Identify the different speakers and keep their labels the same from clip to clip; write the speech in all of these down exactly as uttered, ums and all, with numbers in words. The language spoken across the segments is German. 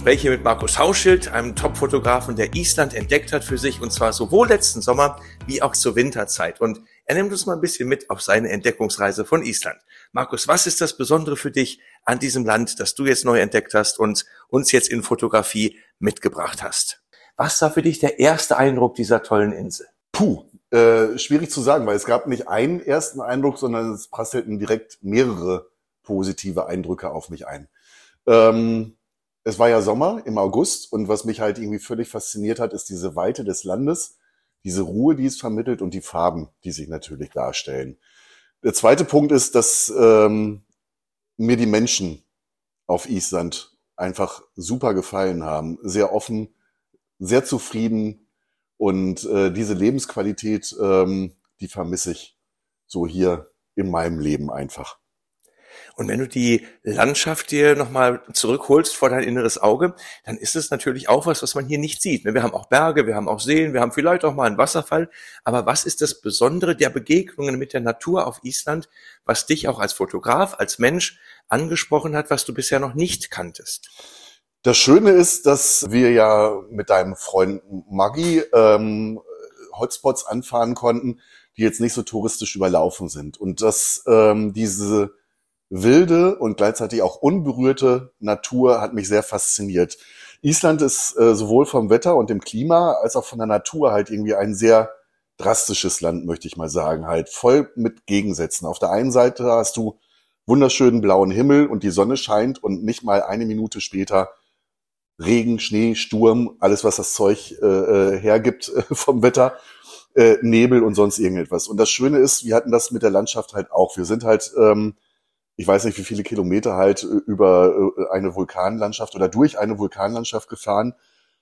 Speaker 1: spreche mit Markus Hauschild, einem Top-Fotografen, der Island entdeckt hat für sich, und zwar sowohl letzten Sommer wie auch zur Winterzeit. Und er nimmt uns mal ein bisschen mit auf seine Entdeckungsreise von Island. Markus, was ist das Besondere für dich an diesem Land, das du jetzt neu entdeckt hast und uns jetzt in Fotografie mitgebracht hast? Was war für dich der erste Eindruck dieser tollen Insel?
Speaker 2: Puh, äh, schwierig zu sagen, weil es gab nicht einen ersten Eindruck, sondern es prasselten direkt mehrere positive Eindrücke auf mich ein. Ähm, es war ja Sommer im August und was mich halt irgendwie völlig fasziniert hat, ist diese Weite des Landes, diese Ruhe, die es vermittelt und die Farben, die sich natürlich darstellen. Der zweite Punkt ist, dass ähm, mir die Menschen auf Island einfach super gefallen haben. Sehr offen, sehr zufrieden und äh, diese Lebensqualität, ähm, die vermisse ich so hier in meinem Leben einfach.
Speaker 1: Und wenn du die Landschaft dir nochmal zurückholst vor dein inneres Auge, dann ist es natürlich auch was, was man hier nicht sieht. Wir haben auch Berge, wir haben auch Seen, wir haben vielleicht auch mal einen Wasserfall. Aber was ist das Besondere der Begegnungen mit der Natur auf Island, was dich auch als Fotograf, als Mensch angesprochen hat, was du bisher noch nicht kanntest?
Speaker 2: Das Schöne ist, dass wir ja mit deinem Freund Maggi ähm, Hotspots anfahren konnten, die jetzt nicht so touristisch überlaufen sind. Und dass ähm, diese wilde und gleichzeitig auch unberührte Natur hat mich sehr fasziniert. Island ist äh, sowohl vom Wetter und dem Klima als auch von der Natur halt irgendwie ein sehr drastisches Land, möchte ich mal sagen, halt voll mit Gegensätzen. Auf der einen Seite hast du wunderschönen blauen Himmel und die Sonne scheint und nicht mal eine Minute später Regen, Schnee, Sturm, alles was das Zeug äh, hergibt äh, vom Wetter, äh, Nebel und sonst irgendetwas. Und das Schöne ist, wir hatten das mit der Landschaft halt auch. Wir sind halt ähm, ich weiß nicht, wie viele Kilometer halt über eine Vulkanlandschaft oder durch eine Vulkanlandschaft gefahren.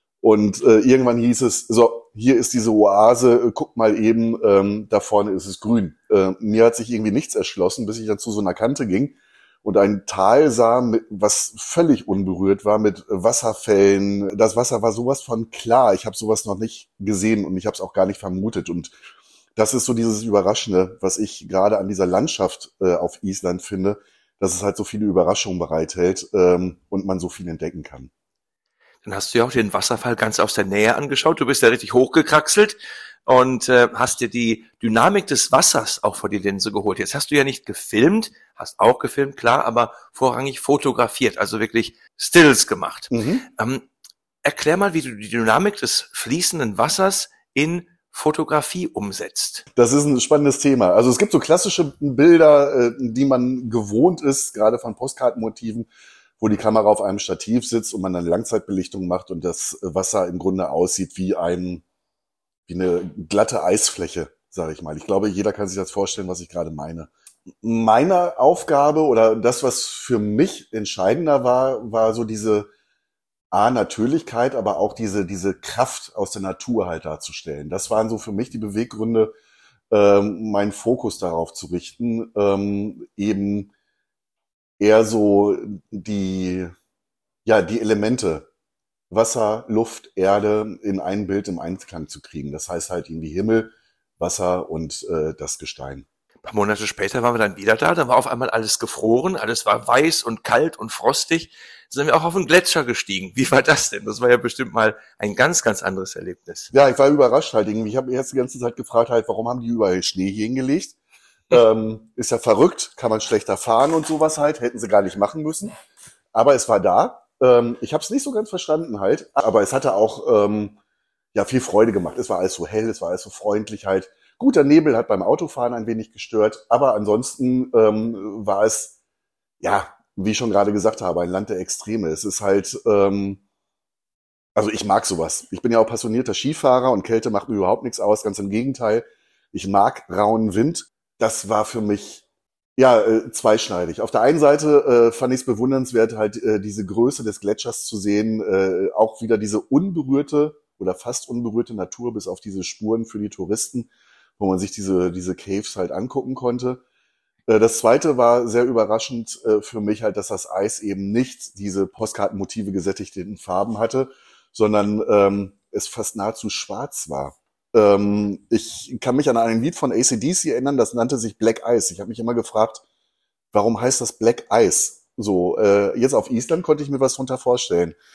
Speaker 2: Und äh, irgendwann hieß es, so, hier ist diese Oase, guck mal eben, ähm, da vorne ist es grün. Äh, mir hat sich irgendwie nichts erschlossen, bis ich dann zu so einer Kante ging und ein Tal sah, mit, was völlig unberührt war, mit Wasserfällen. Das Wasser war sowas von klar. Ich habe sowas noch nicht gesehen und ich habe es auch gar nicht vermutet. Und das ist so dieses Überraschende, was ich gerade an dieser Landschaft äh, auf Island finde, dass es halt so viele Überraschungen bereithält ähm, und man so viel entdecken kann.
Speaker 1: Dann hast du ja auch den Wasserfall ganz aus der Nähe angeschaut. Du bist ja richtig hochgekraxelt und äh, hast dir die Dynamik des Wassers auch vor die Linse geholt. Jetzt hast du ja nicht gefilmt, hast auch gefilmt, klar, aber vorrangig fotografiert, also wirklich Stills gemacht. Mhm. Ähm, erklär mal, wie du die Dynamik des fließenden Wassers in Fotografie umsetzt.
Speaker 2: Das ist ein spannendes Thema. Also es gibt so klassische Bilder, die man gewohnt ist, gerade von Postkartenmotiven, wo die Kamera auf einem Stativ sitzt und man eine Langzeitbelichtung macht und das Wasser im Grunde aussieht wie ein wie eine glatte Eisfläche, sage ich mal. Ich glaube, jeder kann sich das vorstellen, was ich gerade meine. Meine Aufgabe oder das, was für mich entscheidender war, war so diese A, Natürlichkeit, aber auch diese diese Kraft aus der Natur halt darzustellen. Das waren so für mich die Beweggründe, ähm, meinen Fokus darauf zu richten, ähm, eben eher so die ja die Elemente Wasser, Luft, Erde in ein Bild im Einklang zu kriegen. Das heißt halt irgendwie Himmel, Wasser und äh, das Gestein.
Speaker 1: Ein paar Monate später waren wir dann wieder da, dann war auf einmal alles gefroren, alles war weiß und kalt und frostig. Dann sind wir auch auf den Gletscher gestiegen. Wie war das denn? Das war ja bestimmt mal ein ganz, ganz anderes Erlebnis.
Speaker 2: Ja, ich war überrascht halt irgendwie. Ich habe mich jetzt die ganze Zeit gefragt halt, warum haben die überall Schnee hier hingelegt? ähm, ist ja verrückt, kann man schlechter fahren und sowas halt, hätten sie gar nicht machen müssen. Aber es war da. Ähm, ich habe es nicht so ganz verstanden halt, aber es hatte auch ähm, ja viel Freude gemacht. Es war alles so hell, es war alles so freundlich halt. Guter Nebel hat beim Autofahren ein wenig gestört, aber ansonsten ähm, war es, ja, wie ich schon gerade gesagt habe, ein Land der Extreme. Es ist halt, ähm, also ich mag sowas. Ich bin ja auch passionierter Skifahrer und Kälte macht mir überhaupt nichts aus, ganz im Gegenteil. Ich mag rauen Wind. Das war für mich, ja, äh, zweischneidig. Auf der einen Seite äh, fand ich es bewundernswert, halt äh, diese Größe des Gletschers zu sehen, äh, auch wieder diese unberührte oder fast unberührte Natur bis auf diese Spuren für die Touristen, wo man sich diese diese Caves halt angucken konnte. Äh, das zweite war sehr überraschend äh, für mich halt, dass das Eis eben nicht diese Postkartenmotive gesättigten Farben hatte, sondern ähm, es fast nahezu schwarz war. Ähm, ich kann mich an ein Lied von A C D C erinnern, das nannte sich Black Ice. Ich habe mich immer gefragt, warum heißt das Black Ice? So, äh, jetzt auf Island konnte ich mir was drunter vorstellen.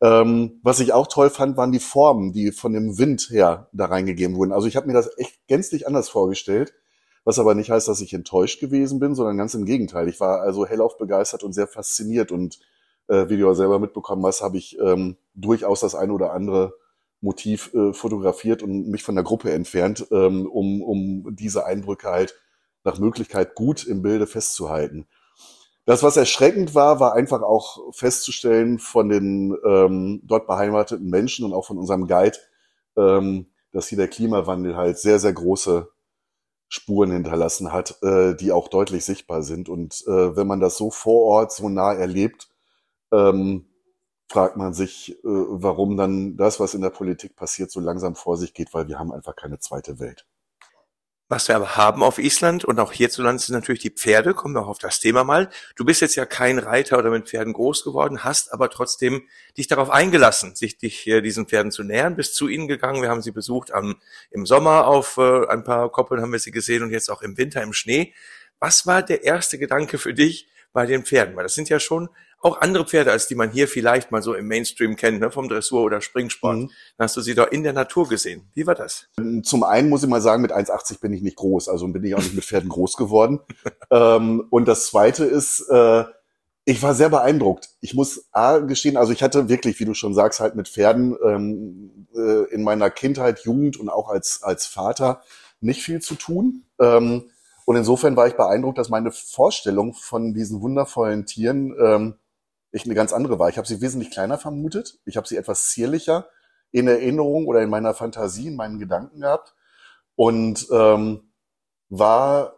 Speaker 2: Ähm, was ich auch toll fand, waren die Formen, die von dem Wind her da reingegeben wurden. Also ich habe mir das echt gänzlich anders vorgestellt, was aber nicht heißt, dass ich enttäuscht gewesen bin, sondern ganz im Gegenteil. Ich war also hellauf begeistert und sehr fasziniert und äh, wie du ja selber mitbekommen hast, habe ich ähm, durchaus das eine oder andere Motiv äh, fotografiert und mich von der Gruppe entfernt, ähm, um, um diese Eindrücke halt nach Möglichkeit gut im Bilde festzuhalten. Das, was erschreckend war, war einfach auch festzustellen von den ähm, dort beheimateten Menschen und auch von unserem Guide, ähm, dass hier der Klimawandel halt sehr, sehr große Spuren hinterlassen hat, äh, die auch deutlich sichtbar sind. Und äh, wenn man das so vor Ort so nah erlebt, ähm, fragt man sich, äh, warum dann das, was in der Politik passiert, so langsam vor sich geht, weil wir haben einfach keine zweite Welt.
Speaker 1: Was wir aber haben auf Island und auch hierzulande sind natürlich die Pferde, kommen wir auch auf das Thema mal. Du bist jetzt ja kein Reiter oder mit Pferden groß geworden, hast aber trotzdem dich darauf eingelassen, sich dich äh, diesen Pferden zu nähern, bist zu ihnen gegangen. Wir haben sie besucht am, im Sommer auf äh, ein paar Koppeln haben wir sie gesehen und jetzt auch im Winter im Schnee. Was war der erste Gedanke für dich bei den Pferden? Weil das sind ja schon auch andere Pferde, als die man hier vielleicht mal so im Mainstream kennt, ne, vom Dressur- oder Springsport.
Speaker 2: Mhm.
Speaker 1: Dann hast du sie doch in der Natur gesehen. Wie war das?
Speaker 2: Zum einen muss ich mal sagen, mit eins achtzig bin ich nicht groß, also bin ich auch nicht mit Pferden groß geworden. ähm, und das Zweite ist, äh, ich war sehr beeindruckt. Ich muss A gestehen, also ich hatte wirklich, wie du schon sagst, halt mit Pferden ähm, äh, in meiner Kindheit, Jugend und auch als als Vater nicht viel zu tun. Ähm, und insofern war ich beeindruckt, dass meine Vorstellung von diesen wundervollen Tieren ähm, ich eine ganz andere war. Ich habe sie wesentlich kleiner vermutet. Ich habe sie etwas zierlicher in Erinnerung oder in meiner Fantasie, in meinen Gedanken gehabt und ähm, war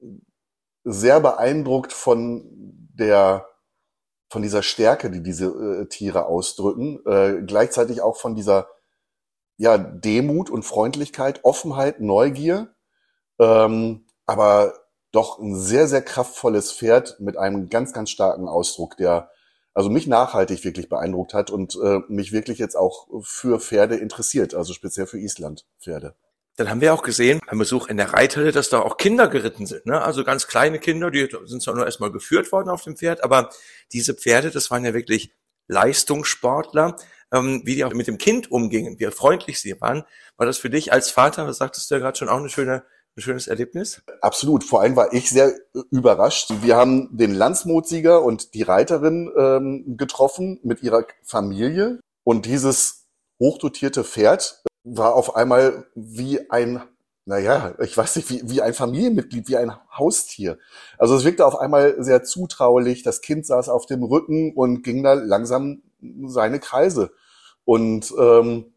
Speaker 2: sehr beeindruckt von der von dieser Stärke, die diese äh, Tiere ausdrücken, äh, gleichzeitig auch von dieser ja Demut und Freundlichkeit, Offenheit, Neugier, ähm, aber doch ein sehr, sehr kraftvolles Pferd mit einem ganz, ganz starken Ausdruck, der also mich nachhaltig wirklich beeindruckt hat und äh, mich wirklich jetzt auch für Pferde interessiert, also speziell für Island-Pferde.
Speaker 1: Dann haben wir auch gesehen beim Besuch in der Reithalle, dass da auch Kinder geritten sind, ne? Also ganz kleine Kinder, die sind zwar nur erstmal geführt worden auf dem Pferd, aber diese Pferde, das waren ja wirklich Leistungssportler, ähm, wie die auch mit dem Kind umgingen, wie freundlich sie waren. War das für dich als Vater, das sagtest du ja gerade schon, auch eine schöne Ein schönes Erlebnis?
Speaker 2: Absolut. Vor allem war ich sehr überrascht. Wir haben den Landsmoot-Sieger und die Reiterin ähm, getroffen mit ihrer Familie. Und dieses hochdotierte Pferd war auf einmal wie ein, naja, ich weiß nicht, wie, wie ein Familienmitglied, wie ein Haustier. Also es wirkte auf einmal sehr zutraulich. Das Kind saß auf dem Rücken und ging da langsam seine Kreise. Und ähm,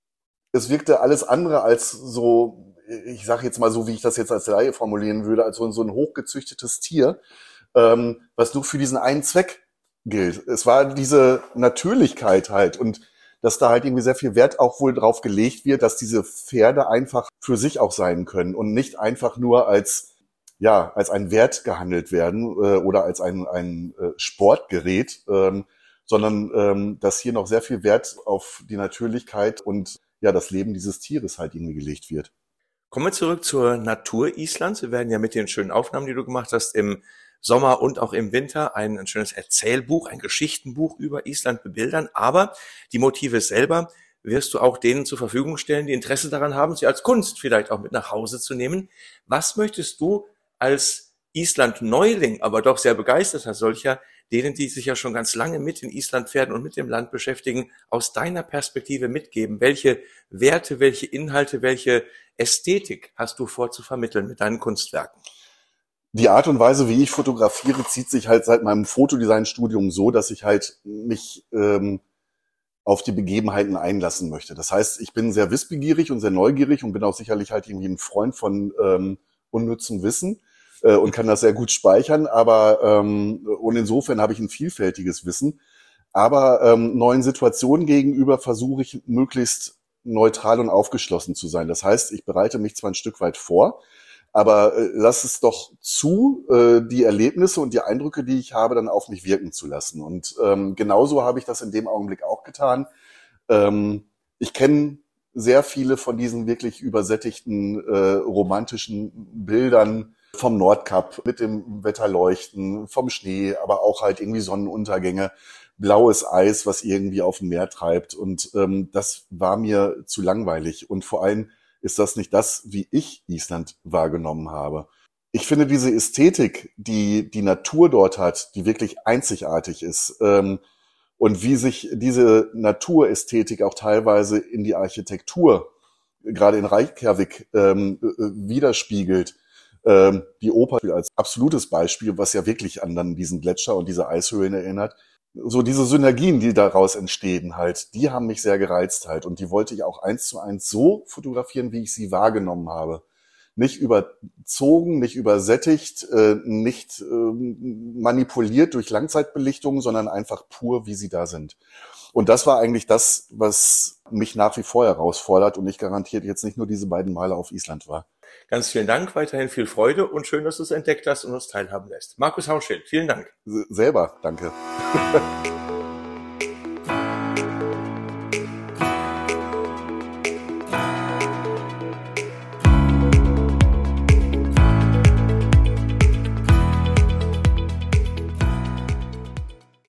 Speaker 2: es wirkte alles andere als so, ich sage jetzt mal so, wie ich das jetzt als Laie formulieren würde, als so, so ein hochgezüchtetes Tier, ähm, was nur für diesen einen Zweck gilt. Es war diese Natürlichkeit halt und dass da halt irgendwie sehr viel Wert auch wohl drauf gelegt wird, dass diese Pferde einfach für sich auch sein können und nicht einfach nur als ja als ein Wert gehandelt werden äh, oder als ein ein äh, Sportgerät, ähm, sondern ähm, dass hier noch sehr viel Wert auf die Natürlichkeit und ja das Leben dieses Tieres halt irgendwie gelegt wird.
Speaker 1: Kommen wir zurück zur Natur Islands. Wir werden ja mit den schönen Aufnahmen, die du gemacht hast, im Sommer und auch im Winter ein, ein schönes Erzählbuch, ein Geschichtenbuch über Island bebildern. Aber die Motive selber wirst du auch denen zur Verfügung stellen, die Interesse daran haben, sie als Kunst vielleicht auch mit nach Hause zu nehmen. Was möchtest du als Island-Neuling, aber doch sehr begeisterter solcher, denen, die sich ja schon ganz lange mit in Island Pferden und mit dem Land beschäftigen, aus deiner Perspektive mitgeben? Welche Werte, welche Inhalte, welche Ästhetik hast du vor zu vermitteln mit deinen Kunstwerken?
Speaker 2: Die Art und Weise, wie ich fotografiere, zieht sich halt seit meinem Fotodesign-Studium so, dass ich halt mich ähm, auf die Begebenheiten einlassen möchte. Das heißt, ich bin sehr wissbegierig und sehr neugierig und bin auch sicherlich halt irgendwie ein Freund von ähm, unnützem Wissen äh, und kann das sehr gut speichern. Aber ähm, und insofern habe ich ein vielfältiges Wissen. Aber ähm, neuen Situationen gegenüber versuche ich möglichst neutral und aufgeschlossen zu sein. Das heißt, ich bereite mich zwar ein Stück weit vor, aber äh, lass es doch zu, äh, die Erlebnisse und die Eindrücke, die ich habe, dann auf mich wirken zu lassen. Und ähm, genauso habe ich das in dem Augenblick auch getan. Ähm, ich kenne sehr viele von diesen wirklich übersättigten äh, romantischen Bildern vom Nordkap mit dem Wetterleuchten, vom Schnee, aber auch halt irgendwie Sonnenuntergänge, blaues Eis, was irgendwie auf dem Meer treibt. Und ähm, das war mir zu langweilig. Und vor allem ist das nicht das, wie ich Island wahrgenommen habe. Ich finde diese Ästhetik, die die Natur dort hat, die wirklich einzigartig ist, ähm, und wie sich diese Naturästhetik auch teilweise in die Architektur, gerade in Reykjavik, ähm, widerspiegelt. Ähm, die Oper als absolutes Beispiel, was ja wirklich an dann diesen Gletscher und diese Eishöhlen erinnert. So diese Synergien, die daraus entstehen halt, die haben mich sehr gereizt halt. Und die wollte ich auch eins zu eins so fotografieren, wie ich sie wahrgenommen habe. Nicht überzogen, nicht übersättigt, äh, nicht äh, manipuliert durch Langzeitbelichtung, sondern einfach pur, wie sie da sind. Und das war eigentlich das, was mich nach wie vor herausfordert und ich garantiert jetzt nicht nur diese beiden Male auf Island war.
Speaker 1: Ganz vielen Dank, weiterhin viel Freude und schön, dass du es entdeckt hast und uns teilhaben lässt. Markus Hauschild, vielen Dank.
Speaker 2: S- selber, danke.